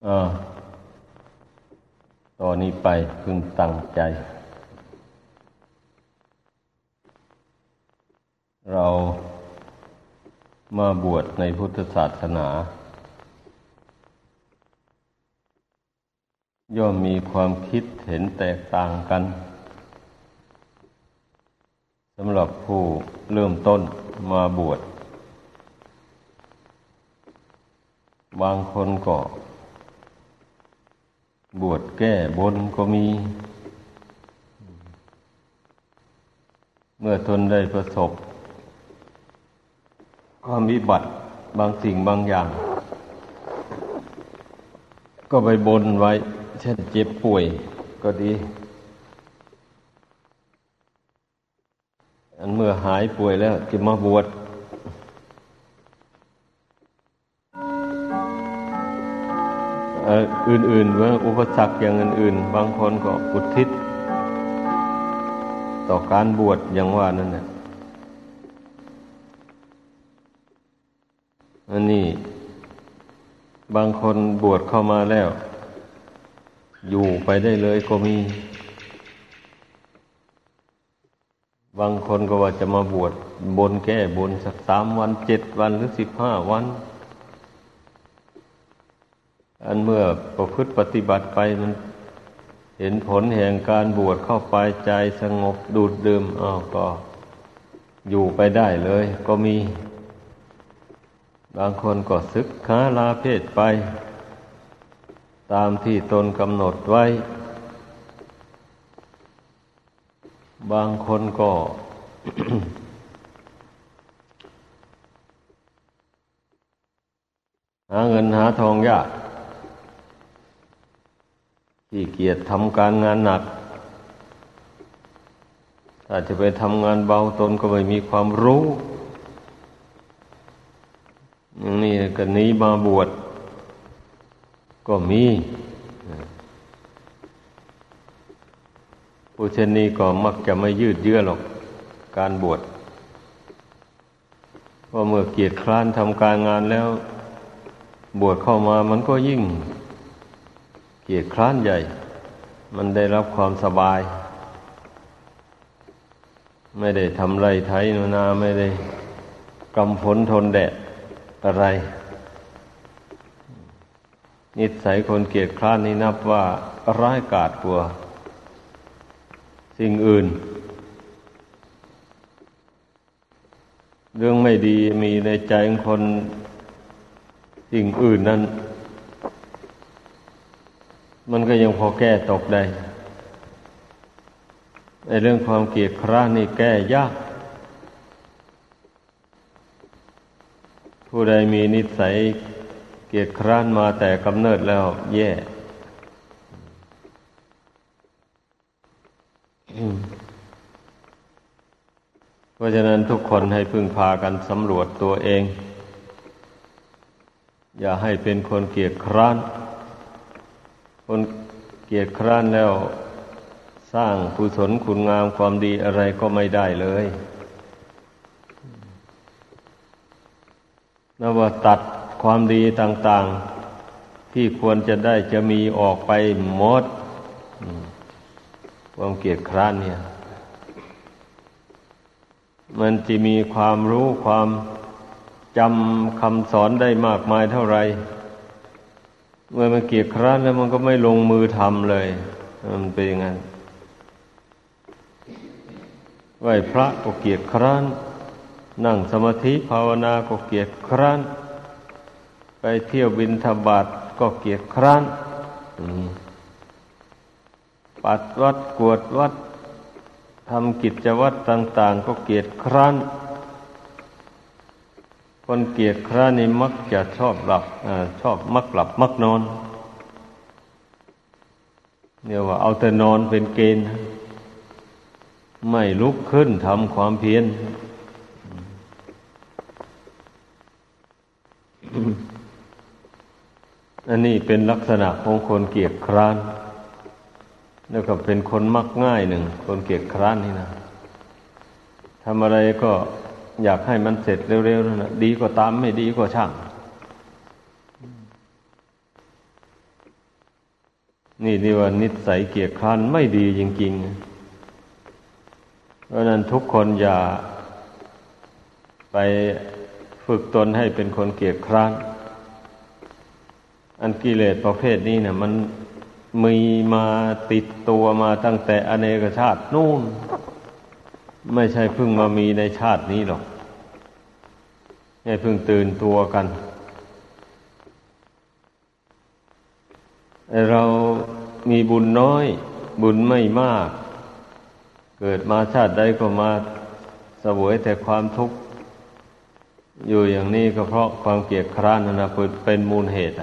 อ่าต่อนนี้ไปพึงตั้งใจ เรามาบวชในพุทธศาสนาย่อมมีความคิดเห็นแตกต่างกันสำหรับผู้เริ่มต้นมาบวชบางคนก็บวชแก้บนก็มีเมื่อตนได้ประสบความวิบัติบางสิ่งบางอย่างก็ไปบนไว้เช่นเจ็บป่วยก็ดีอันเมื่อหายป่วยแล้วจะมาบวชอื่นๆว่าอุปสรรคอย่างอื่นๆบางคนก็อุทิศต่อการบวชอย่างว่านั่นแหละอันนี้บางคนบวชเข้ามาแล้วอยู่ไปได้เลยก็มีบางคนก็ว่าจะมาบวชบนแก้บนสัก3 วัน 7 วันหรือ15 วันอันเมื่อประพฤติปฏิบัติไปมันเห็นผลแห่งการบวชเข้าไปใจสงบดูดดื่มก็อยู่ไปได้เลยก็มีบางคนก็ศึกษาลาเพศไปตามที่ตนกำหนดไว้บางคนก็ หาเงินหาทองยากขี้เกียจทำการงานหนักถ้าจะไปทำงานเบาตนก็ไม่มีความรู้อย่างนี้ก็หนีมาบวชก็มีผู้เช่นนี้ก็มักจะไม่ยืดเยื้อหรอกการบวชเพราะเมื่อเกียจคร้านทำการงานแล้วบวชเข้ามามันก็ยิ่งเกียจคร้านใหญ่มันได้รับความสบายไม่ได้ทำไรไถนาไม่ได้กำฝนทนแดดอะไรนิสัยคนเกียจคร้านนี่นับว่าร้ายกาจกว่าสิ่งอื่นเรื่องไม่ดีมีในใจของคนสิ่งอื่นนั้นมันก็ยังพอแก้ตกได้ในเรื่องความเกียจคร้านนี่แก้ยากผู้ใดมีนิสัยเกียจคร้านมาแต่กำเนิดแล้วแย่เพราะฉะนั้นทุกคนให้พึ่งพากันสำรวจตัวเองอย่าให้เป็นคนเกียจคร้านคนเกียจคร้านแล้วสร้างกุศลคุณงามความดีอะไรก็ไม่ได้เลยนับว่าตัดความดีต่างๆที่ควรจะได้จะมีออกไปหมดความเกียจคร้านเนี่ยมันจะมีความรู้ความจำคำสอนได้มากมายเท่าไรเมื่อมันเกียจคร้านแล้วมันก็ไม่ลงมือทำเลยมันเป็นอย่างนั้นไหว้พระก็เกียจคร้านนั่งสมาธิภาวนาก็เกียจคร้านไปเที่ยวบิณฑบาตก็เกียจคร้านปัดวัดกวดวัดทำกิจวัตรต่างๆก็เกียจคร้านคนเกียจคร้านนี่มักจะชอบมักหลับมักนอนเนี่ยว่าเอาแต่นอนเป็นเกณฑ์ไม่ลุกขึ้นทำความเพียรอันนี้เป็นลักษณะของคนเกียจคร้านแล้วก็เป็นคนมักง่ายหนึ่งคนเกียจคร้านนี่นะทำอะไรก็อยากให้มันเสร็จเร็วๆนั่นแหละดีก็ตามไม่ดีก็ช่างนี่เรียกว่านิสัยเกียจคร้านไม่ดีจริงๆเพราะนั้นทุกคนอย่าไปฝึกตนให้เป็นคนเกียจคร้านอันกิเลสประเภทนี้เนี่ยมันมีมาติดตัวมาตั้งแต่อเนกชาตินู่นไม่ใช่เพิ่งมามีในชาตินี้หรอกให้เพิ่งตื่นตัวกันเรามีบุญน้อยบุญไม่มากเกิดมาชาติใดก็มาเสวยแต่ความทุกข์อยู่อย่างนี้ก็เพราะความเกียจคร้านนั่นนะเป็นมูลเหตุ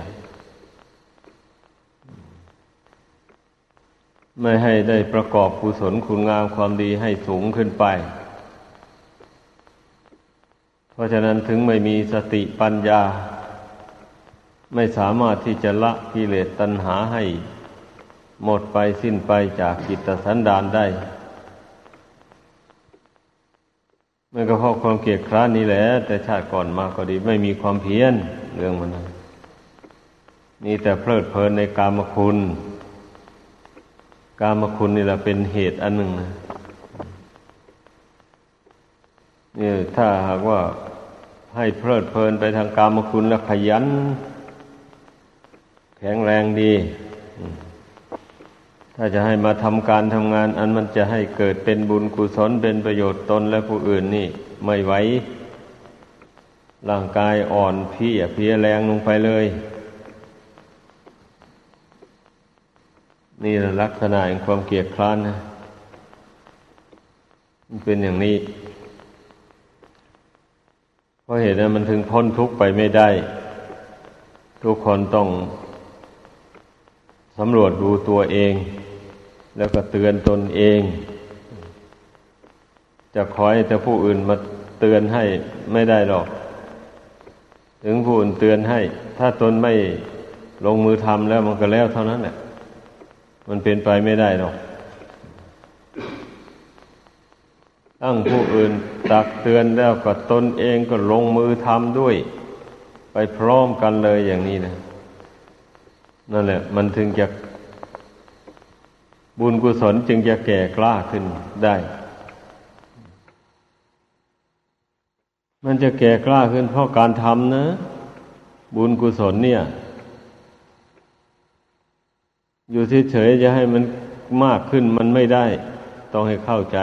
ไม่ให้ได้ประกอบกุศลคุณงามความดีให้สูงขึ้นไปเพราะฉะนั้นถึงไม่มีสติปัญญาไม่สามารถที่จะละกิเลสตัณหาให้หมดไปสิ้นไปจากจิตสันดานได้มันก็เพราะความเกียจคร้านนี่แหละแต่ชาติก่อนมาก็ดีไม่มีความเพียรเรื่องมันนี่แต่เพลิดเพลินในกามคุณกามคุณนี่แหละเป็นเหตุอันหนึ่งนะนี่ถ้าหากว่าให้เพลิดเพลินไปทางกามคุณแล้วขยันแข็งแรงดีถ้าจะให้มาทำการทำงานอันมันจะให้เกิดเป็นบุญกุศลเป็นประโยชน์ตนและผู้อื่นนี่ไม่ไหวร่างกายอ่อนเพลียแรงลงไปเลยนี่ลักษณะแห่งความเกียจคร้านนะมันเป็นอย่างนี้เพราะเหตุนั้นมันถึงพ้นทุกข์ไปไม่ได้ทุกคนต้องสำรวจดูตัวเองแล้วก็เตือนตนเองจะคอยแต่ผู้อื่นมาเตือนให้ไม่ได้หรอกถึงผู้อื่นเตือนให้ถ้าตนไม่ลงมือทำแล้วมันก็แล้วเท่านั้นแหละมันเป็นไปไม่ได้หรอกตั้งผู้อื่นตักเตือนแล้วก็ตนเองก็ลงมือทำด้วยไปพร้อมกันเลยอย่างนี้นะนั่นแหละมันถึงจะบุญกุศลจึงจะแก่กล้าขึ้นได้มันจะแก่กล้าขึ้นเพราะการทำนะบุญกุศลเนี่ยอยู่เฉยๆจะให้มันมากขึ้นมันไม่ได้ต้องให้เข้าใจ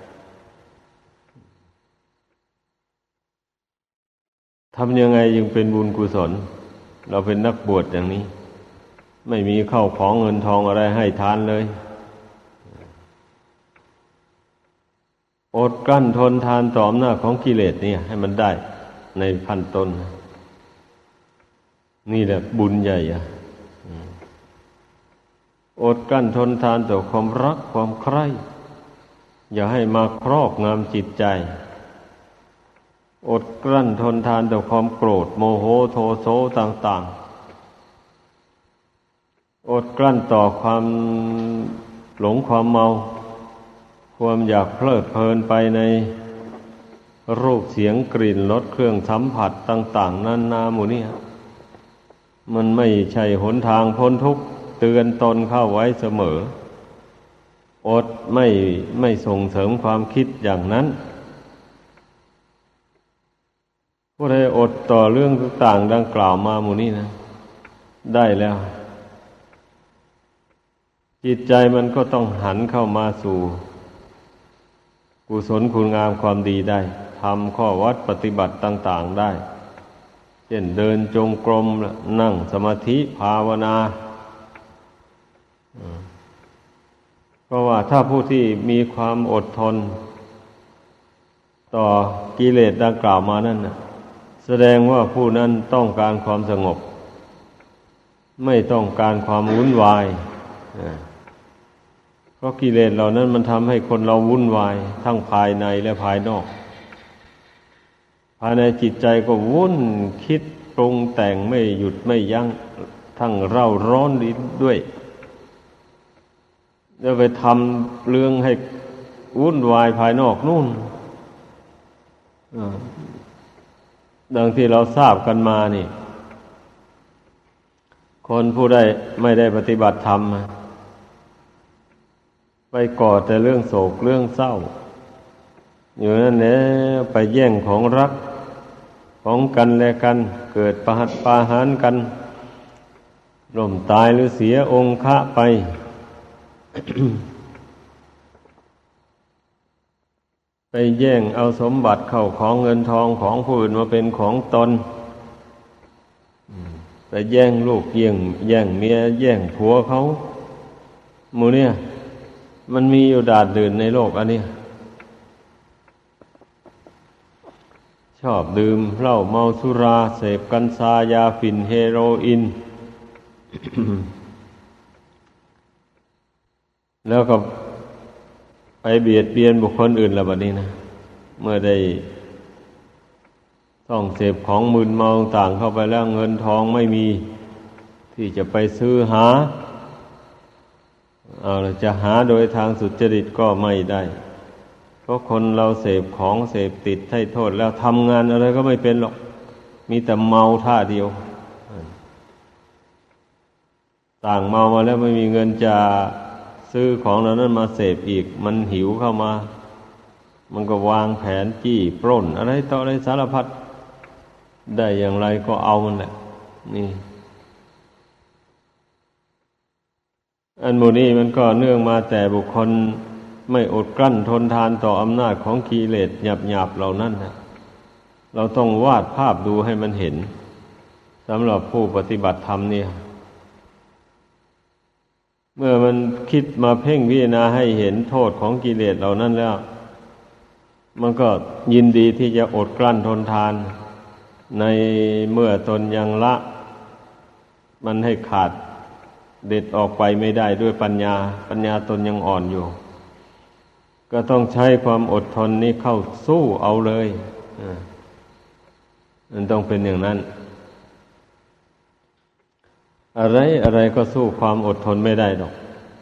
ทำยังไงจึงเป็นบุญกุศลเราเป็นนักบวชอย่างนี้ไม่มีข้าวของเงินทองอะไรให้ทานเลยอดกลั้นทนทานต่ออำนาจของกิเลสนี่ให้มันได้ในขั้นต้นนี่แหละบุญใหญ่อดกลั้นทนทานต่อความรักความใคร่อย่าให้มาครอบงำจิตใจอดกลั้นทนทานต่อความโกรธโมโหโทโสต่างๆอดกลั้นต่อความหลงความเมาความอยากเพลิดเพลินไปในรูปเสียงกลิ่นรสเครื่องสัมผัสต่างๆนานาหมู่นี้มันไม่ใช่หนทางพ้นทุกข์เตือนตนเข้าไว้เสมออดไม่ส่งเสริมความคิดอย่างนั้นผู้ใดอดต่อเรื่องต่างๆดังกล่าวมาหมู่นี้นะได้แล้วจิตใจมันก็ต้องหันเข้ามาสู่กุศลคุณงามความดีได้ทำข้อวัดปฏิบัติต่างๆได้เช่นเดินจงกรมนั่งสมาธิภาวนาเพราะว่าถ้าผู้ที่มีความอดทนต่อกิเลสดังกล่าวมานั่นนะแสดงว่าผู้นั้นต้องการความสงบไม่ต้องการความวุ่นวายเพราะกิเลสเหล่านั้นมันทำให้คนเราวุ่นวายทั้งภายในและภายนอกภายในจิตใจก็วุ่นคิดปรุงแต่งไม่หยุดไม่ยั้งทั้งเร่าร้อนด้วยแล้วไปทำเรื่องให้วุ่นวายภายนอกนู่นดังที่เราทราบกันมานี่คนผู้ใดไม่ได้ปฏิบัติธรรมไปก่อแต่เรื่องโศกเรื่องเศร้าอยู่นั่นแหละไปแย่งของรักของกันและกันเกิดปะหัตปาหารกันล้มตายหรือเสียองค์ะไป ไปแย่งเอาสมบัติเข้าของเงินทองของผู้อื่นมาเป็นของตนไปแย่งลูกแย่งเมียแย่งผัวเขาหมู่เนี่ยมันมีอยู่ดาษดื่นในโลกอันนี้ชอบดื่มเหล้าเมาสุราเสพกัญชายาฝิ่นเฮโรอีน แล้วก็ไปเบียดเบียนบุคคลอื่นแล้วบัดนี้นะเมื่อได้ต้องเสพของมึนเมาต่างเข้าไปแล้วเงินทองไม่มีที่จะไปซื้อหาเอาล่ะจะหาโดยทางสุจริตก็ไม่ได้เพราะคนเราเสพของเสพติดให้โทษแล้วทำงานอะไรก็ไม่เป็นหรอกมีแต่เมาท่าเดียวต่างเมามาแล้วไม่มีเงินจะซื้อของเหล่านั้นมาเสพอีกมันหิวเข้ามามันก็วางแผนจี้ปล้นอะไรต่ออะไรสารพัดได้อย่างไรก็เอามันแหละนี่อันหมู่นี้มันก็เนื่องมาแต่บุคคลไม่อดกลั้นทนทานต่ออำนาจของกิเลสหยาบๆเหล่านั้นนะเราต้องวาดภาพดูให้มันเห็นสำหรับผู้ปฏิบัติธรรมเนี่ยเมื่อมันคิดมาเพ่งพิจารณาให้เห็นโทษของกิเลสเหล่านั้นแล้วมันก็ยินดีที่จะอดกลั้นทนทานในเมื่อตนยังละมันให้ขาดเด็ดออกไปไม่ได้ด้วยปัญญาตนยังอ่อนอยู่ก็ต้องใช้ความอดทนนี้เข้าสู้เอาเลยมันต้องเป็นอย่างนั้นอะไรก็สู้ความอดทนไม่ได้หรอก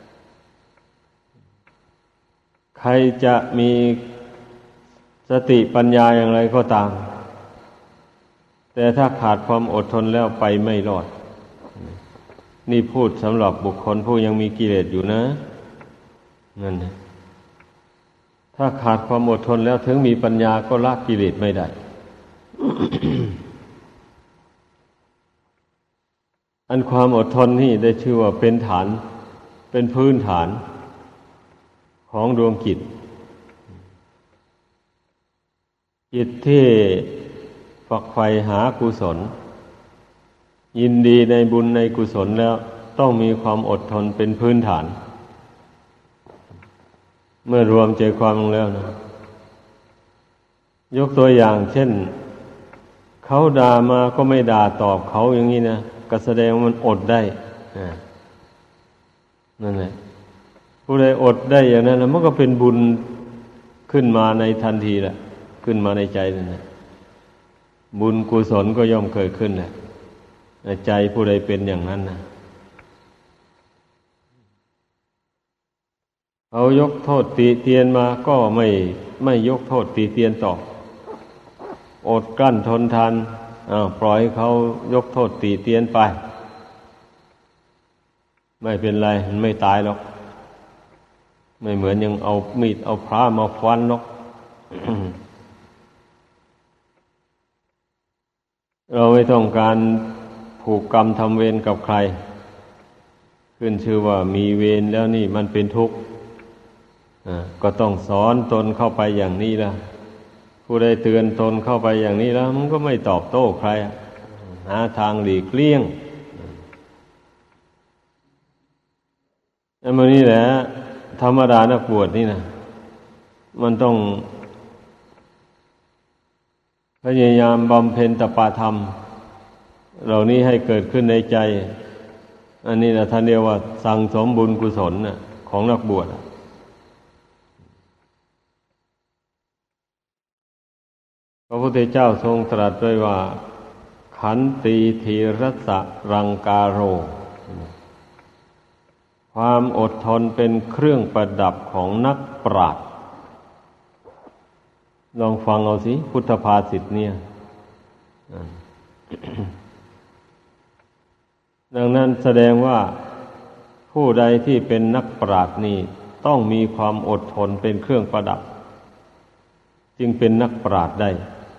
ใครจะมีสติปัญญาอย่างไรก็ตามแต่ถ้าขาดความอดทนแล้วไปไม่รอดนี่พูดสำหรับบุคคลผู้ยังมีกิเลสอยู่นะนั่นนะถ้าขาดความอดทนแล้วถึงมีปัญญาก็ละกิเลสไม่ได้ อันความอดทนนี่ได้ชื่อว่าเป็นฐานเป็นพื้นฐานของดวงจิตจิตที่ฝักใฝ่หากุศลยินดีในบุญในกุศลแล้วต้องมีความอดทนเป็นพื้นฐานเมื่อรวมใจความลงแล้วนะยกตัวอย่างเช่นเขาด่ามาก็ไม่ด่าตอบเขาอย่างนี้นะก็แสดงว่ามันอดได้นั่นแหละผู้ใดอดได้อย่างนั้นแล้วมันก็เป็นบุญขึ้นมาในทันทีแหละขึ้นมาในใจนั่นแหละบุญกุศลก็ย่อมเกิดขึ้นแหละในใจผู้ใดเป็นอย่างนั้นนะเขายกโทษติเตียนมาก็ไม่ยกโทษติเตียนตอบอดกลั้นทนทานปล่อยให้เขายกโทษติเตียนไปไม่เป็นไรมันไม่ตายหรอกไม่เหมือนยังเอามีดเอาพระมาฟันหรอก เราไม่ต้องการผูกกรรมทำเวรกับใครขึ้นชื่อว่ามีเวรแล้วนี่มันเป็นทุกข์ก็ต้องสอนตนเข้าไปอย่างนี้ละผู้ใดเตือนตนเข้าไปอย่างนี้แล้วมันก็ไม่ตอบโต้ใครหาทางหลีกเลี่ยงอันนี้แหละธรรมดานักบวชนี่นะมันต้องพยายามบำเพ็ญตปะธรรมเหล่านี้ให้เกิดขึ้นในใจอันนี้นะท่านเรียกว่าสั่งสมบุญกุศลของนักบวชพระพุทธเจ้าทรงตรัสไว้ว่าขันติธีรสะรังกาโรความอดทนเป็นเครื่องประดับของนักปราชญ์ลองฟังเอาสิพุทธภาษิตเนี่ยดังนั้นแสดงว่าผู้ใดที่เป็นนักปราชญ์นี่ต้องมีความอดทนเป็นเครื่องประดับจึงเป็นนักปราชญ์ได้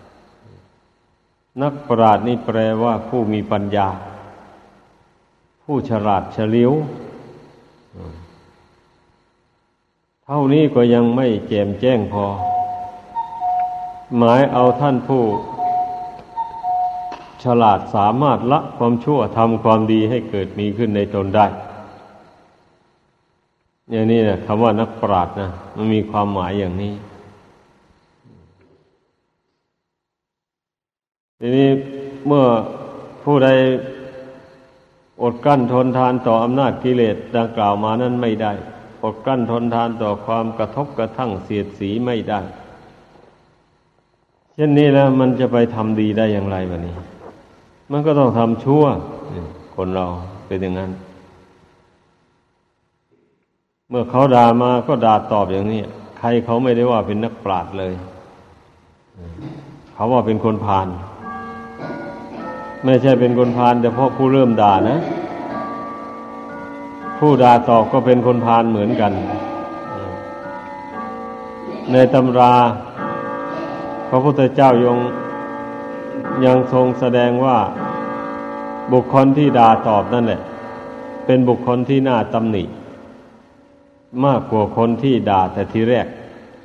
นักปราชญ์นี่แปลว่าผู้มีปัญญาผู้ฉลาดเฉลียวเท่านี้ก็ยังไม่แจ่มแจ้งพอหมายเอาท่านผู้ฉลาดสามารถละความชั่วทำความดีให้เกิดมีขึ้นในตนได้อย่างนี้นะคำว่านักปราชญ์นะมันมีความหมายอย่างนี้ทีนี้เมื่อผู้ใดอดกลั้นทนทานต่ออำนาจกิเลสดังกล่าวมานั้นไม่ได้อดกลั้นทนทานต่อความกระทบกระทั่งเสียดสีไม่ได้เช่นนี้แล้วมันจะไปทำดีได้อย่างไรวะนี้มันก็ต้องทำชั่วคนเราเป็นอย่างนั้นเมื่อเขาด่ามาก็ด่าตอบอย่างนี้ใครเขาไม่ได้ว่าเป็นนักปราชญ์เลยเขาว่าเป็นคนพาลไม่ใช่เป็นคนพาลแต่เพราะผู้เริ่มด่านะผู้ด่าตอบก็เป็นคนพาลเหมือนกันในตำราพระพุทธเจ้ายังทรงแสดงว่าบุคคลที่ด่าตอบนั่นแหละเป็นบุคคลที่น่าตำหนิมากกว่าคนที่ด่าแต่ทีแรก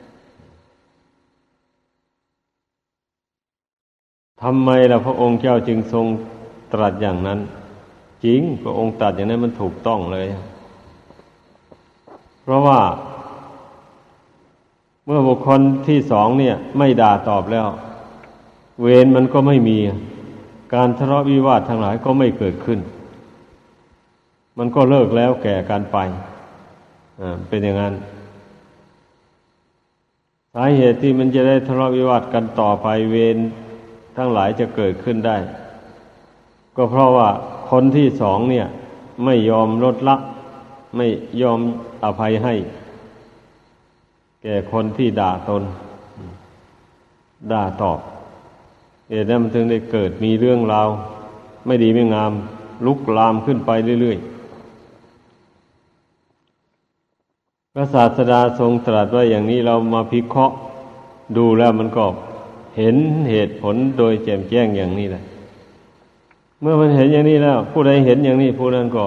ทำไมล่ะพระองค์เจ้าจึงทรงตรัสอย่างนั้นจริงพระองค์ตรัสอย่างนั้นมันถูกต้องเลยเพราะว่าเมื่อบุคคลที่สองเนี่ยไม่ด่าตอบแล้วเวรมันก็ไม่มีการทะเลาะวิวาททั้งหลายก็ไม่เกิดขึ้นมันก็เลิกแล้วแก่กันไปเป็นอย่างนั้นสาเหตุที่มันจะได้ทะเลาะวิวาทกันต่อไปเวรทั้งหลายจะเกิดขึ้นได้ก็เพราะว่าคนที่สองเนี่ยไม่ยอมลดละไม่ยอมอภัยให้แก่คนที่ด่าตนด่าตอบเหตุนั้นมันถึงได้เกิดมีเรื่องราวไม่ดีไม่งามลุกลามขึ้นไปเรื่อยๆพระศาสดาทรงตรัสไว้อย่างนี้เรามาพิเคราะห์ดูแล้วมันก็เห็นเหตุผลโดยแจ่มแจ้งอย่างนี้แหละเมื่อมันเห็นอย่างนี้แล้วผู้ใดเห็นอย่างนี้ผู้นั้นก็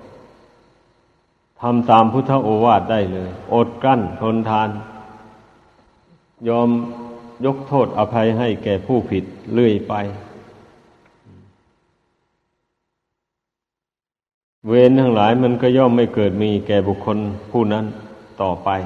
ทำตามพุทธโอวาทได้เลยอดกลั้นทนทานยอมยกโทษอภัยให้แก่ผู้ผิดเรื่อยไปเวรทั้งหลายมันก็ย่อมไม่เกิดมีแก่บุคคลผู้นั้นต่อไป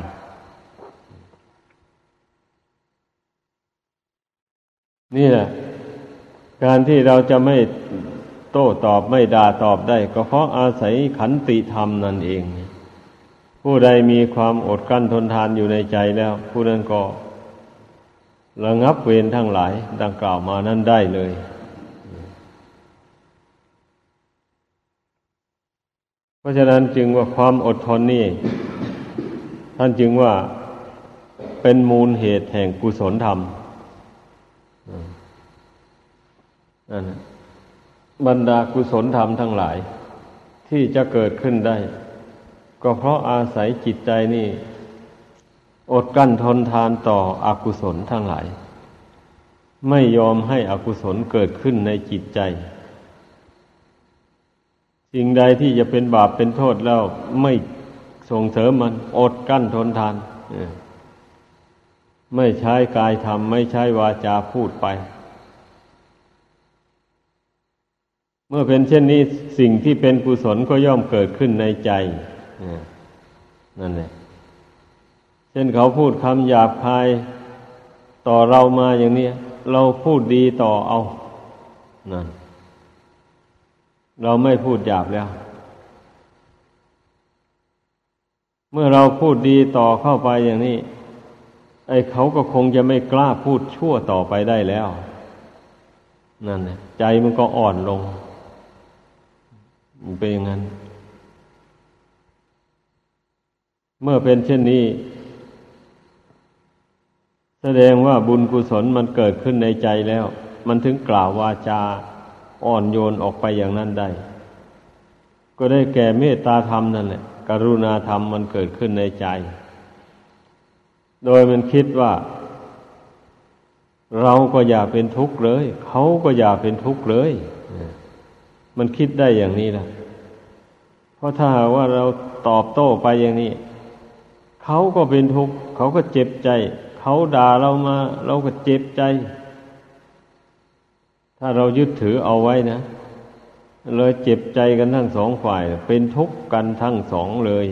นี่แหละการที่เราจะไม่โต้ตอบไม่ด่าตอบได้ก็เพราะอาศัยขันติธรรมนั่นเองผู้ใดมีความอดกลั้นทนทานอยู่ในใจแล้วผู้นั้นก็ระงับเวรทั้งหลายดังกล่าวมานั้นได้เลยเพราะฉะนั้นจึงว่าความอดทนนี่ท่านจึงว่าเป็นมูลเหตุแห่งกุศลธรรมนั่นบรรดากุศลธรรมทั้งหลายที่จะเกิดขึ้นได้ก็เพราะอาศัยจิตใจนี่อดกลั้นทนทานต่ออกุศลทั้งหลายไม่ยอมให้อกุศลเกิดขึ้นในจิตใจสิ่งใดที่จะเป็นบาปเป็นโทษแล้วไม่ส่งเสริมมันอดกลั้นทนทานไม่ใช้กายทำไม่ใช้วาจาพูดไปเมื่อเป็นเช่นนี้สิ่งที่เป็นกุศลก็ย่อมเกิดขึ้นในใจนั่นแหละเช่นเขาพูดคำหยาบคายต่อเรามาอย่างนี้เราพูดดีต่อเอานั่นเราไม่พูดหยาบแล้วเมื่อเราพูดดีต่อเข้าไปอย่างนี้ไอ้เขาก็คงจะไม่กล้าพูดชั่วต่อไปได้แล้วนั่นแหละใจมันก็อ่อนลงเป็นอย่างนั้นเมื่อเป็นเช่นนี้แสดงว่าบุญกุศลมันเกิดขึ้นในใจแล้วมันถึงกล่าววาจาอ่อนโยนออกไปอย่างนั้นได้ก็ได้แก่เมตตาธรรมนั่นแหละกรุณาธรรมมันเกิดขึ้นในใจ โดยมันคิดว่าเราก็อย่าเป็นทุกข์เลยเขาก็อย่าเป็นทุกข์เลยมันคิดได้อย่างนี้นะเพราะถ้าหากว่าเราตอบโต้ไปอย่างนี้เขาก็เป็นทุกข์เขาก็เจ็บใจเขาด่าเรามาเราก็เจ็บใจถ้าเรายึดถือเอาไว้นะเลยเจ็บใจกันทั้งสองฝ่ายเป็นทุกข์กันทั้งสองเลย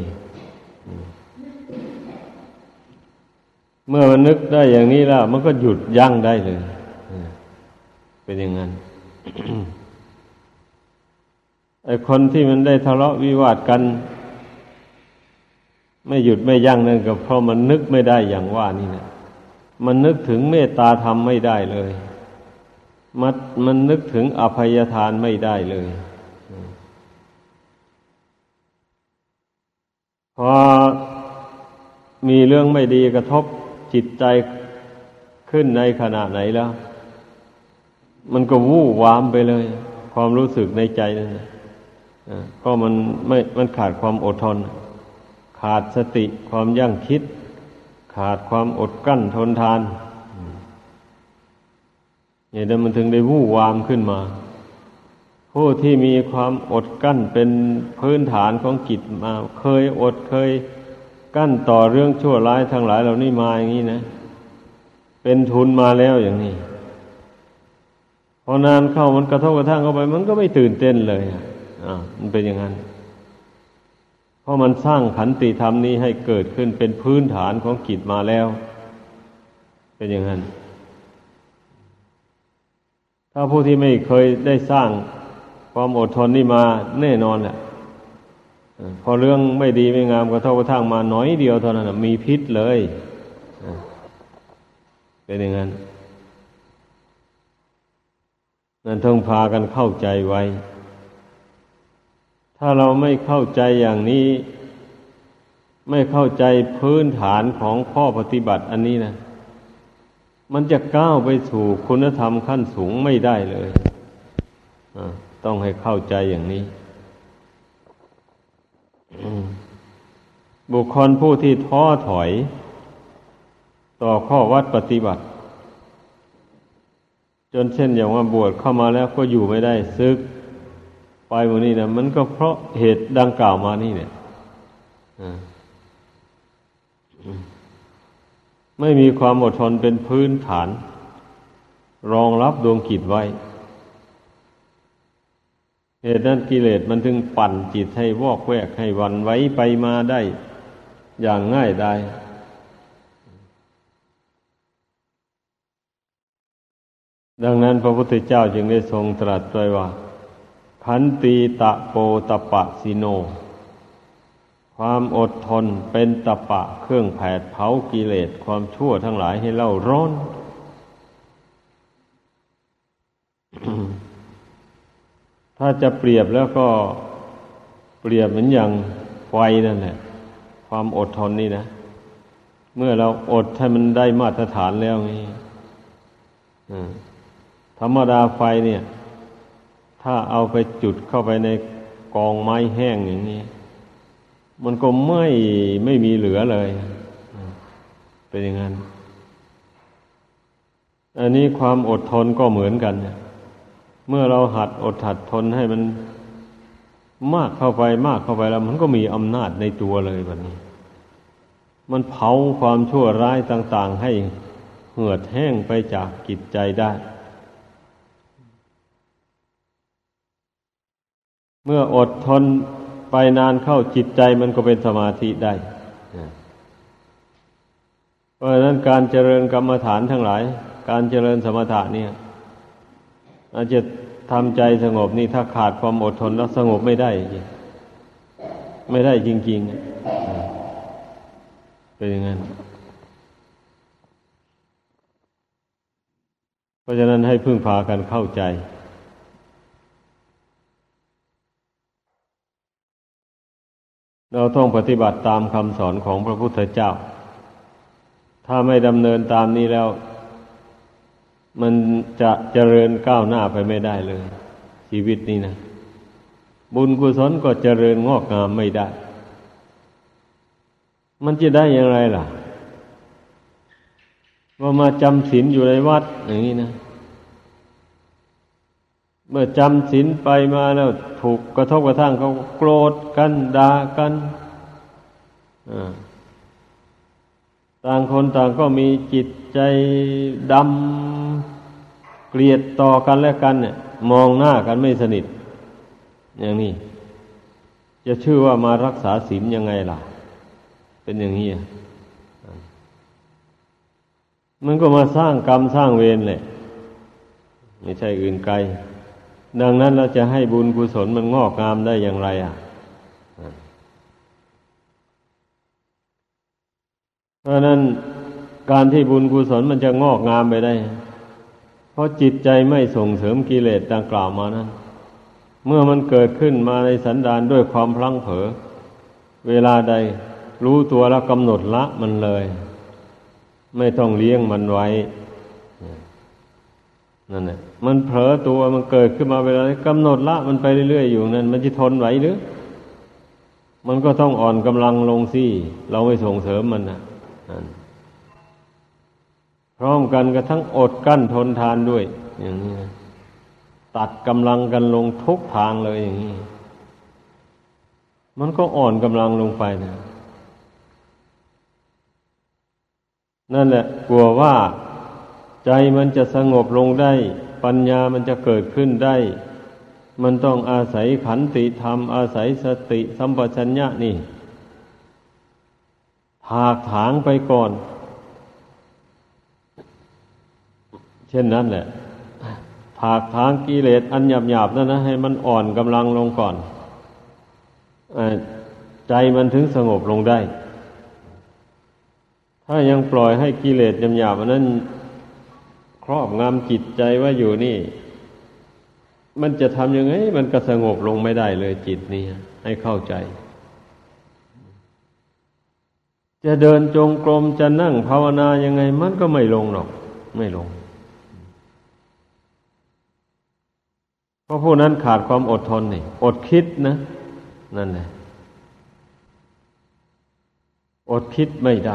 เมื่อมันนึกได้อย่างนี้แล้วมันก็หยุดยั้งได้เลยเป็นอย่างนั้น ไอ้คนที่มันได้ทะเลาะวิวาทกันไม่หยุดไม่ยั้งนั่นก็เพราะมันนึกไม่ได้อย่างว่านี่นะมันนึกถึงเมตตาธรรมไม่ได้เลยมันนึกถึงอภัยทานไม่ได้เลยพอมีเรื่องไม่ดีกระทบจิตใจขึ้นในขณะไหนแล้วมันก็วู่วามไปเลยความรู้สึกในใจนั่นนะก็มันขาดความอดทนขาดสติความยั้งคิดขาดความอดกลั้นทนทานเนี่ยแล้วมันถึงได้วู่วามขึ้นมาผู้ที่มีความอดกลั้นเป็นพื้นฐานของจิตมาเคยอดเคยกั้นต่อเรื่องชั่วร้ายทั้งหลายเหล่านี้มาอย่างนี้นะเป็นทุนมาแล้วอย่างนี้พอนานเข้ามันกระทบกระทั่งเข้าไปมันก็ไม่ตื่นเต้นเลยมันเป็นอย่างนั้นเพราะมันสร้างขันติธรรมนี้ให้เกิดขึ้นเป็นพื้นฐานของจิตมาแล้วเป็นอย่างนั้นถ้าผู้ที่ไม่เคยได้สร้างความอดทนนี่มาแน่นอนแหละพอเรื่องไม่ดีไม่งามกระทบกระทั่งมาน้อยเดียวเท่านั้นมีพิษเลยเป็นอย่างนั้นนั่นต้องพากันเข้าใจไว้ถ้าเราไม่เข้าใจอย่างนี้ไม่เข้าใจพื้นฐานของข้อปฏิบัติอันนี้นะมันจะก้าวไปสู่คุณธรรมขั้นสูงไม่ได้เลยต้องให้เข้าใจอย่างนี้บุคคลผู้ที่ท้อถอยต่อข้อวัดปฏิบัติจนเช่นอย่างว่าบวชเข้ามาแล้วก็อยู่ไม่ได้ซึกไปหมดนี่นะมันก็เพราะเหตุดังกล่าวมานี่เนี่ยไม่มีความอดทนเป็นพื้นฐานรองรับดวงจิตไว้เหตุนั้นกิเลสมันถึงปั่นจิตให้วอกแวกให้หวั่นไหวไปมาได้อย่างง่ายดายดังนั้นพระพุทธเจ้าจึงได้ทรงตรัสไว้ว่าขันติตะโปตปะสิโนความอดทนเป็นตะปะเครื่องแผดเผากิเลสความชั่วทั้งหลายให้เล่าร้อน ถ้าจะเปรียบแล้วก็เปรียบเหมือนอย่างไฟนั่นแหละความอดทนนี่นะเมื่อเราอดให้มันได้มาตรฐานแล้วนี่ธรรมดาไฟเนี่ยถ้าเอาไปจุดเข้าไปในกองไม้แห้งอย่างนี้มันก็ไม่มีเหลือเลยเป็นอย่างนั้นอันนี้ความอดทนก็เหมือนกันเมื่อเราหัดอดหัดทนให้มันมากเข้าไปแล้วมันก็มีอำนาจในตัวเลยแบบนี้มันเผาความชั่วร้ายต่างๆให้เหือดแห้งไปจากจิตใจได้เมื่ออดทนไปนานเข้าจิตใจมันก็เป็นสมาธิได้เพราะฉะนั้นการเจริญกรรมฐานทั้งหลายการเจริญสมถะเนี่ยอาจจะทำใจสงบนี่ถ้าขาดความอดทนแล้วสงบไม่ได้จริงๆเป็นอย่างนั้นเพราะฉะนั้นให้พึ่งพากันเข้าใจเราต้องปฏิบัติตามคำสอนของพระพุทธเจ้าถ้าไม่ดำเนินตามนี้แล้วมันจะเจริญก้าวหน้าไปไม่ได้เลยชีวิตนี้นะบุญกุศลก็เจริญงอกงามไม่ได้มันจะได้อย่างไรล่ะว่ามาจำศีลอยู่ในวัดอย่างนี้นะเมื่อจำศีลไปมาแล้วถูกกระทบกระทั่งเขาโกรธกันด่ากันต่างคนต่างก็มีจิตใจดำเกลียดต่อกันและกันเนี่ยมองหน้ากันไม่สนิทอย่างนี้จะชื่อว่ามารักษาศีลยังไงล่ะเป็นอย่างนี้มันก็มาสร้างกรรมสร้างเวรแหละไม่ใช่อื่นไกลดังนั้นเราจะให้บุญกุศลมันงอกงามได้อย่างไรเพราะนั้นการที่บุญกุศลมันจะงอกงามไปได้เพราะจิตใจไม่ส่งเสริมกิเลสดังกล่าวมานั้นเมื่อมันเกิดขึ้นมาในสันดานด้วยความพลั้งเผลอเวลาใดรู้ตัวแล้วกำหนดละมันเลยไม่ต้องเลี้ยงมันไว้นั่นแหละมันเผลอตัวมันเกิดขึ้นมาเวลากำหนดละมันไปเรื่อยๆอยู่นั่นมันจะทนไหวหรือมันก็ต้องอ่อนกำลังลงสิเราไม่ส่งเสริมมันนะพร้อมกันกับทั้งอดกั้นทนทานด้วยอย่างนี้นะตัดกำลังกันลงทุกทางเลยอย่างนี้มันก็อ่อนกำลังลงไปนะนั่นแหละกลัวว่าใจมันจะสงบลงได้ปัญญามันจะเกิดขึ้นได้มันต้องอาศัยขันติธรรมอาศัยสติสัมปชัญญะนี่ถากถางไปก่อนเช่นนั้นแหละถากถางกิเลสอันหยาบๆนั่นนะให้มันอ่อนกำลังลงก่อนใจมันถึงสงบลงได้ถ้ายังปล่อยให้กิเลสหยาบๆอันนั้นครอบงำจิตใจว่าอยู่นี่มันจะทำยังไงมันก็สงบลงไม่ได้เลยจิตนี้ให้เข้าใจจะเดินจงกรมจะนั่งภาวนายังไงมันก็ไม่ลงหรอกไม่ลงเพราะผู้นั้นขาดความอดทนนี่อดคิดนะนั่นแหละอดคิดไม่ได้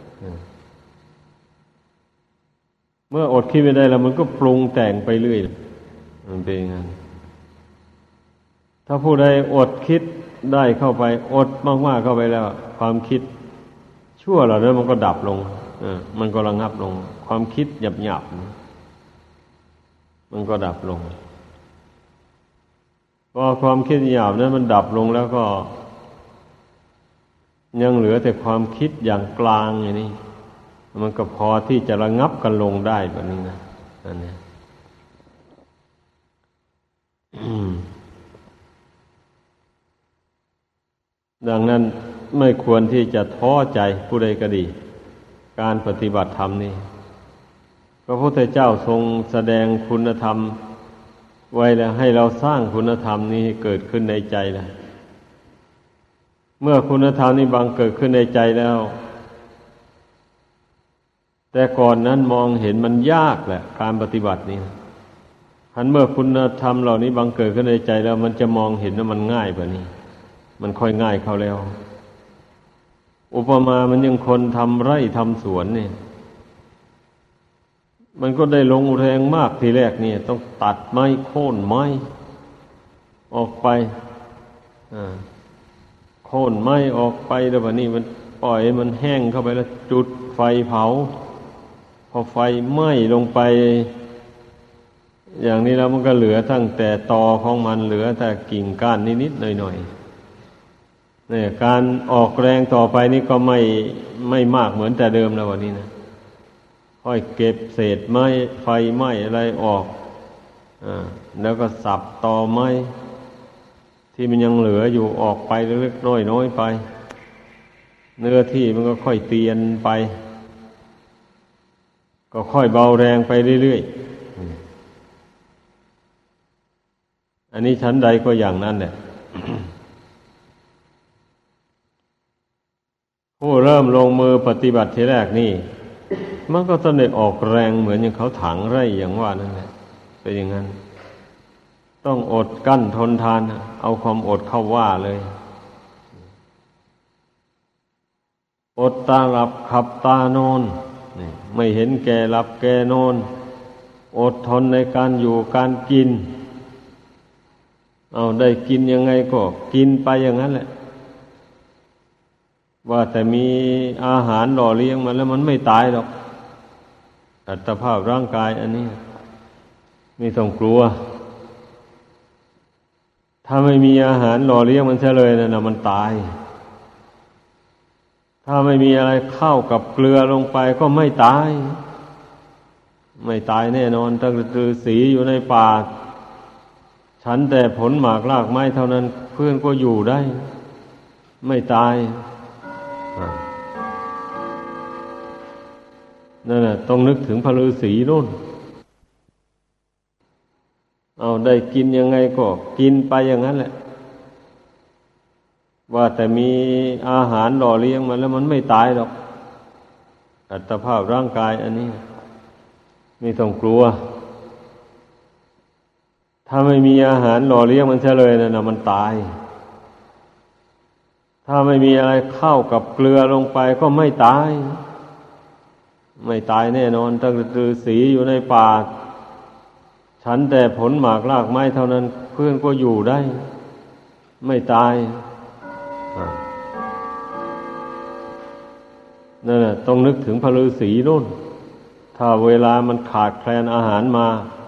เมื่ออดคิดไม่ได้แล้วมันก็ปรุงแต่งไปเรื่อยมันเป็นอย่างนั้นถ้าผู้ใดอดคิดได้เข้าไปอดมากๆเข้าไปแล้วความคิดชั่วเหล่านั้นมันก็ดับลงมันก็ระงับลงความคิดหยาบๆมันก็ดับลงพอความคิดหยาบนั้นมันดับลงแล้วก็ยังเหลือแต่ความคิดอย่างกลางอย่างนี้มันก็พอที่จะระงับกันลงได้แบบนี้นะอันนี้ดังนั้นไม่ควรที่จะท้อใจผู้ใดก็ดีการปฏิบัติธรรมนี่พระพุทธเจ้าทรงแสดงคุณธรรมไว้แล้วให้เราสร้างคุณธรรมนี้ให้เกิดขึ้นในใจแล้วเมื่อคุณธรรมนี้บังเกิดขึ้นในใจแล้วแต่ก่อนนั้นมองเห็นมันยากแหละการปฏิบัตินี้คันเมื่อคุณธรรมเหล่านี้บังเกิดขึ้นในใจแล้วมันจะมองเห็นว่ามันง่ายกว่านี้มันค่อยง่ายเข้าแล้วอุปมามันยังคนทำไร่ทำสวนนี่มันก็ได้ลงแรงมากทีแรกนี่ต้องตัดไม้โค่นไม้ออกไปโค่นไม้ออกไปแล้วบัดนี้มันปล่อยมันแห้งเข้าไปแล้วจุดไฟเผาพอไฟไหม้ลงไปอย่างนี้แล้วมันก็เหลือตั้งแต่ตอของมันเหลือแต่กิ่งก้านนิดๆหน่อยๆเนี่ยการออกแรงต่อไปนี่ก็ไม่มากเหมือนแต่เดิมแล้ววันนี้นะค่อยเก็บเศษไม้ไฟไหม้อะไรออกแล้วก็สับตอไม้ที่มันยังเหลืออยู่ออกไปเล็กๆน้อยๆไปเนื้อที่มันก็ค่อยเตียนไปก็ค่อยเบาแรงไปเรื่อยๆอันนี้ชั้นใดก็อย่างนั้นแหละ ผู้เริ่มลงมือปฏิบัติทีแรกนี่มันก็ต้องได้ออกแรงเหมือนอย่างเขาถางไร่อย่างว่านั่นแหละเป็นอย่างนั้นต้องอดกั้นทนทานเอาความอดเข้าว่าเลยอดตาหลับขับตานอนนี่ไม่เห็นแก่หลับแก่นอนอดทนในการอยู่การกินเอาได้กินยังไงก็กินไปอย่างนั้นแหละว่าแต่มีอาหารหล่อเลี้ยงมันแล้วมันไม่ตายหรอกอัตภาพร่างกายอันนี้ไม่ต้องกลัวถ้าไม่มีอาหารหล่อเลี้ยงมันเสียเลยนะมันตายถ้าไม่มีอะไรเข้ากับเกลือลงไปก็ไม่ตายไม่ตายแน่นอนตั้งแต่ฤาษีอยู่ในป่าฉันแต่ผลหมากรากไม้เท่านั้นเพื่อนก็อยู่ได้ไม่ตายนั่นน่ะต้องนึกถึงพระฤาษีนู่นเอาได้กินยังไงก็กินไปอย่างนั้นแหละว่าแต่มีอาหารหล่อเลี้ยงมันแล้วมันไม่ตายหรอกอัตภาพร่างกายอันนี้ไม่ต้องกลัวถ้าไม่มีอาหารหล่อเลี้ยงมันเสียเลยนะมันตายถ้าไม่มีอะไรเข้ากับเกลือลงไปก็ไม่ตายไม่ตายแน่นอนตั้งแต่ฤาษีอยู่ในป่าฉันแต่ผลหมากรากไม้เท่านั้นเพื่อนก็อยู่ได้ไม่ตายนั่นน่ะต้องนึกถึงพระฤาษีนู่นถ้าเวลามันขาดแคลนอาหารมา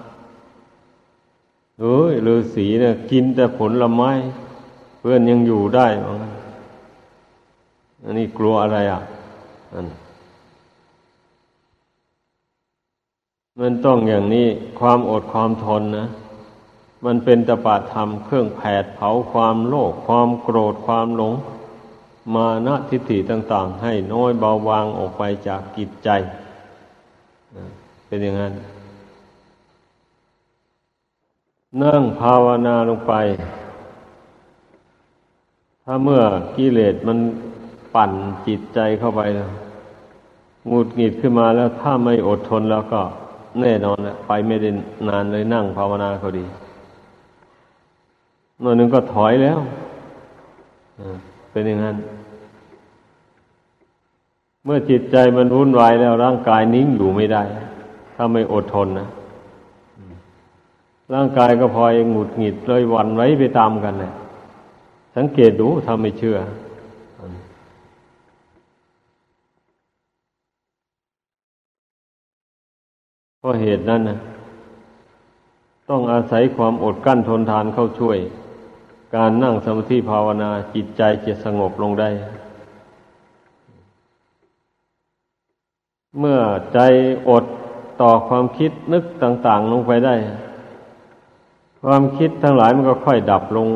ฤาษีเนี่ยกินแต่ผลไม้เพื่อนยังอยู่ได้อันนี้กลัวอะไรอ่ะมันต้องอย่างนี้ความอดความทนนะมันเป็นตปะธรรมเครื่องแผดเผาความโลภความโกรธความหลงมานะทิฏฐิต่างๆให้น้อยเบาบางออกไปจากจิตใจเป็นอย่างนั้นนั่งภาวนาลงไปถ้าเมื่อกิเลสมันปั่นจิตใจเข้าไปแล้วหงุดหงิดขึ้นมาแล้วถ้าไม่อดทนแล้วก็แน่นอนแหละไปไม่ได้นานเลยนั่งภาวนาเขาดีหน่อยหนึ่งก็ถอยแล้วเป็นอย่างนั้นเมื่อจิตใจมันวุ่นวายแล้วร่างกายนิ่งอยู่ไม่ได้ถ้าไม่อดทนนะร่างกายก็พลอยหงุดหงิดเลยหวั่นไหวไปตามกันเลยสังเกตดูถ้าไม่เชื่อเพราะเหตุนั้นนะต้องอาศัยความอดกั้นทนทานเข้าช่วยการนั่งสมาธิภาวนาจิตใจจะสงบลงได้เมื่อใจอดต่อความคิดนึกต่างๆลงไปได้ความคิดทั้งหลายมันก็ค่อยดับลง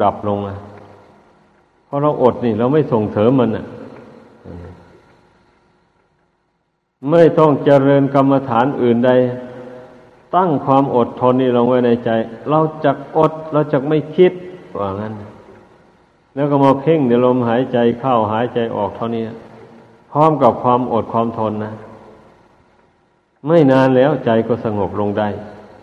เพราะเราอดนี่เราไม่ส่งเสริมมันไม่ต้องเจริญกรรมฐานอื่นใดตั้งความอดทนนี่ลงไว้ในใจเราจักอดเราจักไม่คิดว่างั้นแล้วก็มาเพ่งในลมหายใจเข้าหายใจออกเท่านี้พร้อมกับความอดความทนนะไม่นานแล้วใจก็สงบลงได้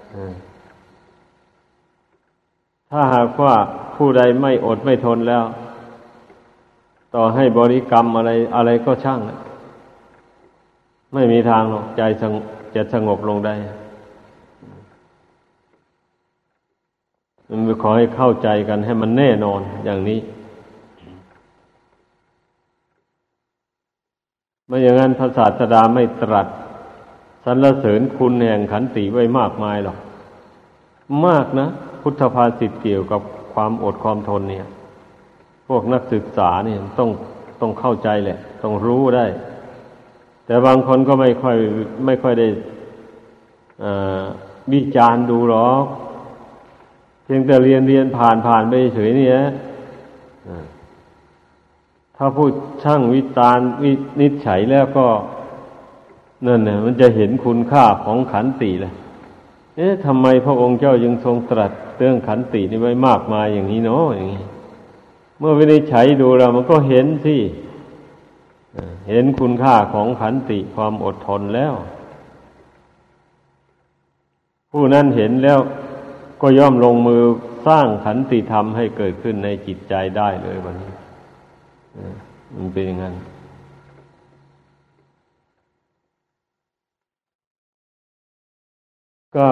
ถ้าหากว่าผู้ใดไม่อดไม่ทนแล้วต่อให้บริกรรมอะไรก็ช่างไม่มีทางหรอกใจจะสงบลงได้มันขอให้เข้าใจกันให้มันแน่นอนอย่างนี้ไม่อย่างนั้นพระศาสดาไม่ตรัสสรรเสริญคุณแห่งขันติไว้มากมายหรอกมากนะพุทธภาษิตเกี่ยวกับความอดความทนเนี่ยพวกนักศึกษาเนี่ยต้องเข้าใจแหละต้องรู้ได้แต่บางคนก็ไม่ค่อยได้วิจารณ์ดูหรอกเพียงแต่เรียนผ่านไปเฉยเนี่ยถ้าพูดช่างวิจารณ์นิจฉัยแล้วก็นั่นน่ะมันจะเห็นคุณค่าของขันติเลยทำไมพระองค์เจ้ายังทรงตรัสเรื่องขันตินี่ไว้มากมายอย่างนี้เนาะอย่างนี้เมื่อวินิจฉัยดูแล้วมันก็เห็นสิเห็นคุณค่าของขันติความอดทนแล้วผู้นั้นเห็นแล้วก็ย่อมลงมือสร้างขันติธรรมให้เกิดขึ้นในจิตใจได้เลยวันนี้มันเป็นอย่างนั้นก็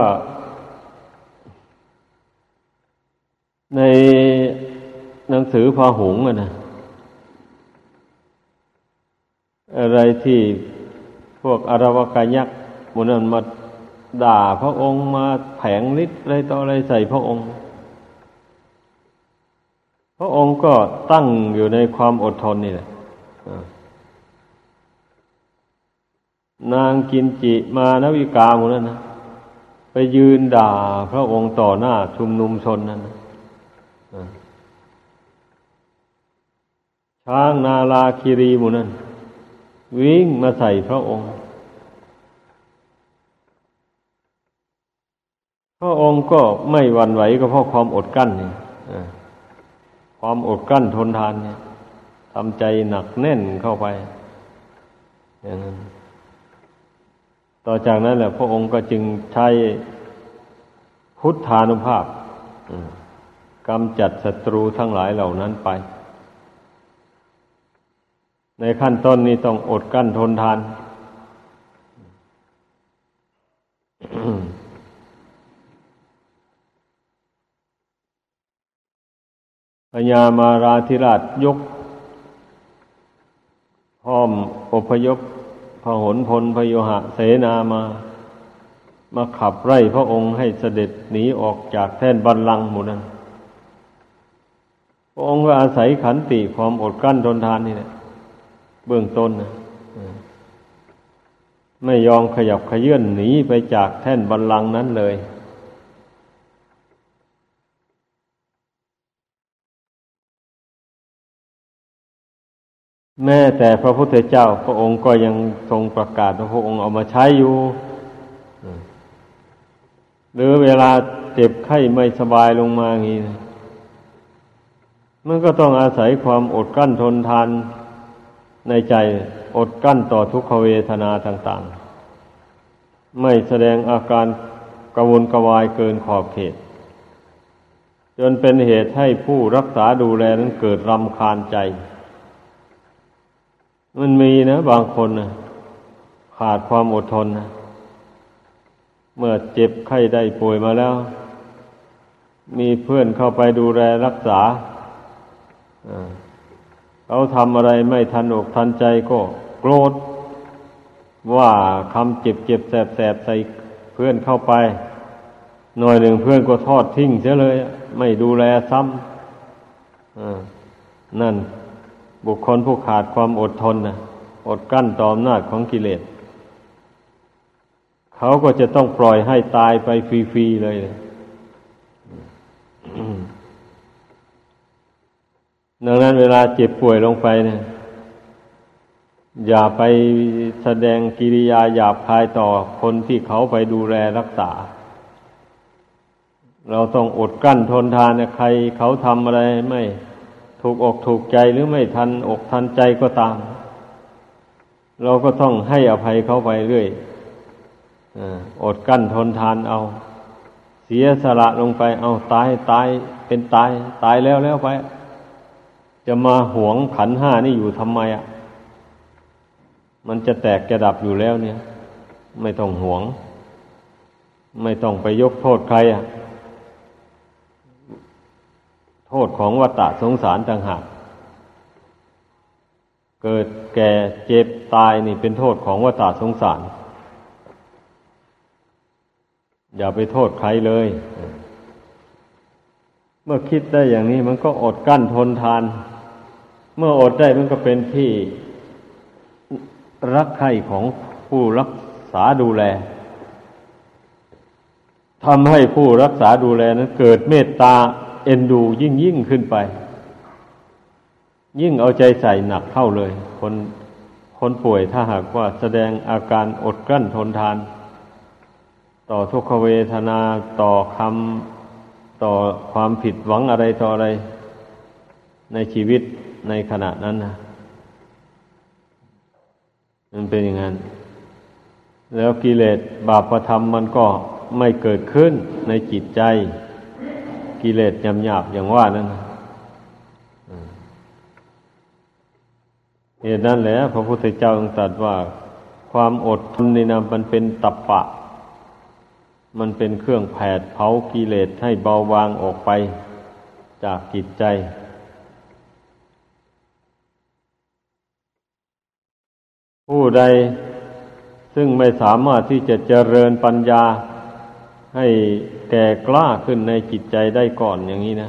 ในหนังสือพาหุงส์นะอะไรที่พวกอารวากายักษ์หมู่นั้นมาด่าพระองค์มาแผลงฤทธิ์อะไรต่ออะไรใส่พระองค์พระองค์ก็ตั้งอยู่ในความอดทนนี่แหละนางกินจิมานวิกาหมู่นั้นนะไปยืนด่าพระองค์ต่อหน้าชุมนุมชนนั้นนะช้างนาลาคิรีหมู่นั้นวิ่งมาใส่พระองค์พระองค์ก็ไม่หวั่นไหวก็เพราะความอดกลั้นนี่ความอดกลั้นทนทานเนี่ยทำใจหนักแน่นเข้าไปอย่างนั้นต่อจากนั้นแหละพระองค์ก็จึงใช้พุทธานุภาพกำจัดศัตรูทั้งหลายเหล่านั้นไปในขั้นต้นนี้ต้องอดกลั้นทนทานพญามาราธิราชยกพร้อมอพยพพหลพลพโยหะเสนามาขับไล่พระองค์ให้เสด็จหนีออกจากแท่นบัลลังก์หมู่นั้นพระองค์ก็อาศัยขันติความอดกลั้นทนทานนี่แหละเบื้องต้นนะไม่ยอมขยับเขยื้อนหนีไปจากแท่นบัลลังก์นั้นเลยแม้แต่พระพุทธเจ้าพระองค์ก็ยังทรงประกาศว่าพระองค์เอามาใช้อยู่หรือเวลาเจ็บไข้ไม่สบายลงมาอย่างนี้มันก็ต้องอาศัยความอดกลั้นทนทานในใจอดกลั้นต่อทุกขเวทนาต่างๆไม่แสดงอาการกระวนกระวายเกินขอบเขตจนเป็นเหตุให้ผู้รักษาดูแลนั้นเกิดรำคาญใจมันมีนะบางคนนะขาดความอดทนนะเมื่อเจ็บไข้ได้ป่วยมาแล้วมีเพื่อนเข้าไปดูแลรักษาเขาทำอะไรไม่ทันอกทันใจก็โกรธว่าคำเจ็บแสบใส่เพื่อนเข้าไปหน่อยหนึ่งเพื่อนก็ทอดทิ้งเสียเลยไม่ดูแลซ้ำนั่นบุคคลผู้ขาดความอดทนนะอดกลั้นต่ออำนาจของกิเลสเขาก็จะต้องปล่อยให้ตายไปฟรีๆเลยดังนั้นเวลาเจ็บป่วยลงไปเนี่ยอย่าไปแสดงกิริยาหยาบคายต่อคนที่เขาไปดูแลรักษาเราต้องอดกลั้นทนทานนะใครเขาทำอะไรไม่ถูกอกถูกใจหรือไม่ทันอกทันใจก็ตามเราก็ต้องให้อภัยเขาไปเรื่อยอดกลั้นทนทานเอาเสียสละลงไปเอาตายเป็นตายแล้วไปจะมาหวงขันธ์ห้านี่อยู่ทำไมอ่ะมันจะแตกจะดับอยู่แล้วเนี่ยไม่ต้องหวงไม่ต้องไปยกโทษใครอ่ะโทษของวัฏสงสารต่างหากเกิดแก่เจ็บตายนี่เป็นโทษของวัฏสงสารอย่าไปโทษใครเลยเมื่อคิดได้อย่างนี้มันก็อดกลั้นทนทานเมื่ออดได้มันก็เป็นที่รักใคร่ของผู้รักษาดูแลทำให้ผู้รักษาดูแลนั้นเกิดเมตตาเอ็นดูยิ่งขึ้นไปยิ่งเอาใจใส่หนักเข้าเลยคนป่วยถ้าหากว่าแสดงอาการอดกลั้นทนทานต่อทุกขเวทนาต่อความผิดหวังอะไรต่ออะไรในชีวิตในขณะนั้นนะมันเป็นอย่างนั้นแล้วกิเลสบาปธรรมมันก็ไม่เกิดขึ้นในจิตใจกิเลสหยาบๆอย่างว่านั้นเหตุนั้นแหละพระพุทธเจ้าตรัสว่าความอดทนนี่นะมันเป็นตัปปะมันเป็นเครื่องแผดเผากิเลสให้เบาบางออกไปจากจิตใจผู้ใดซึ่งไม่สามารถที่จะเจริญปัญญาให้แก่กล้าขึ้นในจิตใจได้ก่อนอย่างนี้นะ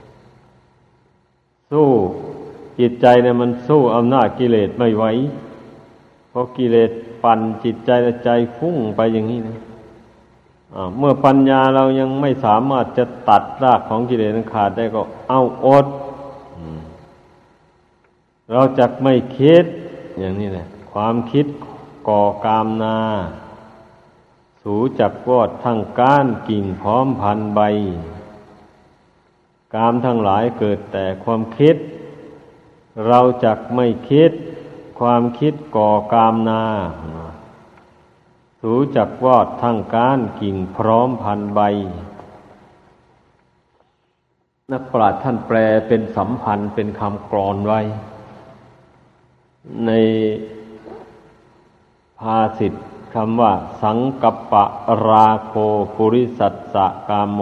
สู้จิตใจเนี่ยมันสู้อำนาจกิเลสไม่ไหวเพราะกิเลสปั่นจิตใจและใจฟุ้งไปอย่างนี้นะเมื่อปัญญาเรายังไม่สามารถจะตัดรากของกิเลสนั้นขาดได้ก็เอาอดเราจักไม่คิดอย่างนี้แหละความคิดก่อกามนาสูจักวอดทั้งก้านกิ่งพร้อมพันใบกามทั้งหลายเกิดแต่ความคิดเราจักไม่คิดความคิดก่อกามนาสูจักวอดทั้งก้านกิ่งพร้อมพันใบนักปราชญ์ท่านแปลเป็นสัมพันธ์เป็นคำกลอนไว้ในภาษิตคำว่าสังกัปปะราโคปุริสัสสะกามโม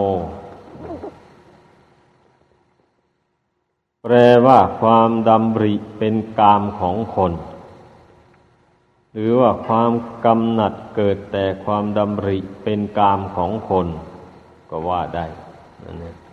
แปลว่าความดำริเป็นกามของคนหรือว่าความกำหนัดเกิดแต่ความดำริเป็นกามของคนก็ว่าได้นั่นเอง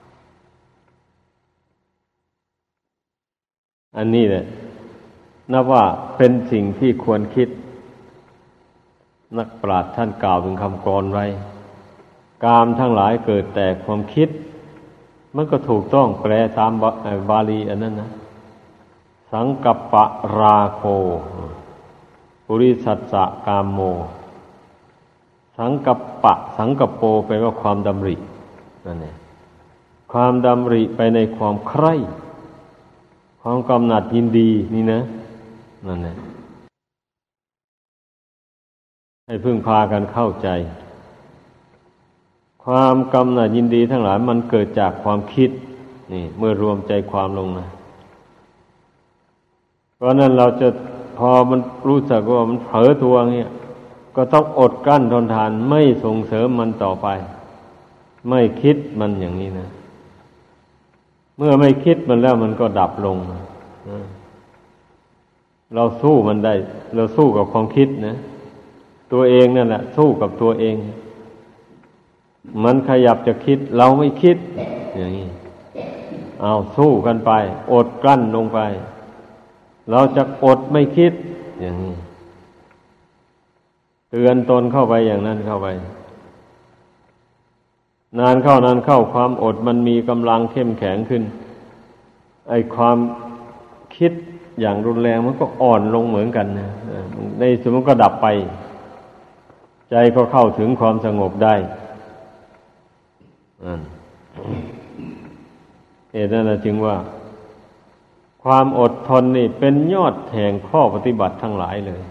อันนี้แหละนับว่าเป็นสิ่งที่ควรคิดนักปราชญ์ท่านกล่าวเป็นคำกลอนไว้กามทั้งหลายเกิดแต่ความคิดมันก็ถูกต้องแปลตามบาลีอันนั้นนะสังกัปปะราโคปุริสัสสะกามโมสังกัปปะสังกัปโปแปลว่าความดำรินั่นเองความดำริไปในความใคร่ความกำหนัดยินดีนี่นะนั่นแหละให้พึ่งพากันเข้าใจความกำหนัดยินดีทั้งหลายมันเกิดจากความคิดนี่เมื่อรวมใจความลงนะเพราะนั้นเราจะพอมันรู้สึกว่ามันเผลอตัวเงี้ยก็ต้องอดกลั้นทนทานไม่ส่งเสริมมันต่อไปไม่คิดมันอย่างนี้นะเมื่อไม่คิดมันแล้วมันก็ดับลงเราสู้มันได้เราสู้กับความคิดนะตัวเองนั่นแหละสู้กับตัวเองมันขยับจะคิดเราไม่คิดอย่างนี้เอาสู้กันไปอดกลั้นลงไปเราจะอดไม่คิดอย่างนี้เตือนตนเข้าไปอย่างนั้นเข้าไปนานเข้ความอดมันมีกำลังเข้มแข็งขึ้นไอ้ความคิดอย่างรุนแรงมันก็อ่อนลงเหมือนกันนะในสุดมันก็ดับไปใจก็เข้าถึงความสงบได้นั่นจึงว่าความอดทนนี่เป็นยอดแห่งข้อปฏิบัติทั้งหลายเลย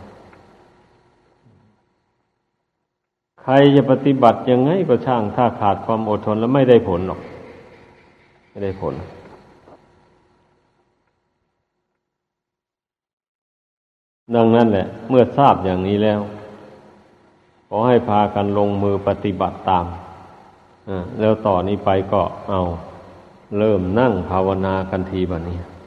ใครจะปฏิบัติยังไงก็ช่างถ้าขาดความอดทนแล้วไม่ได้ผลหรอกไม่ได้ผลดังนั้นแหละเมื่อทราบอย่างนี้แล้วขอให้พากันลงมือปฏิบัติตามแล้วต่อนนี้ไปก็เอาเริ่มนั่งภาวนากันทีบัดนี้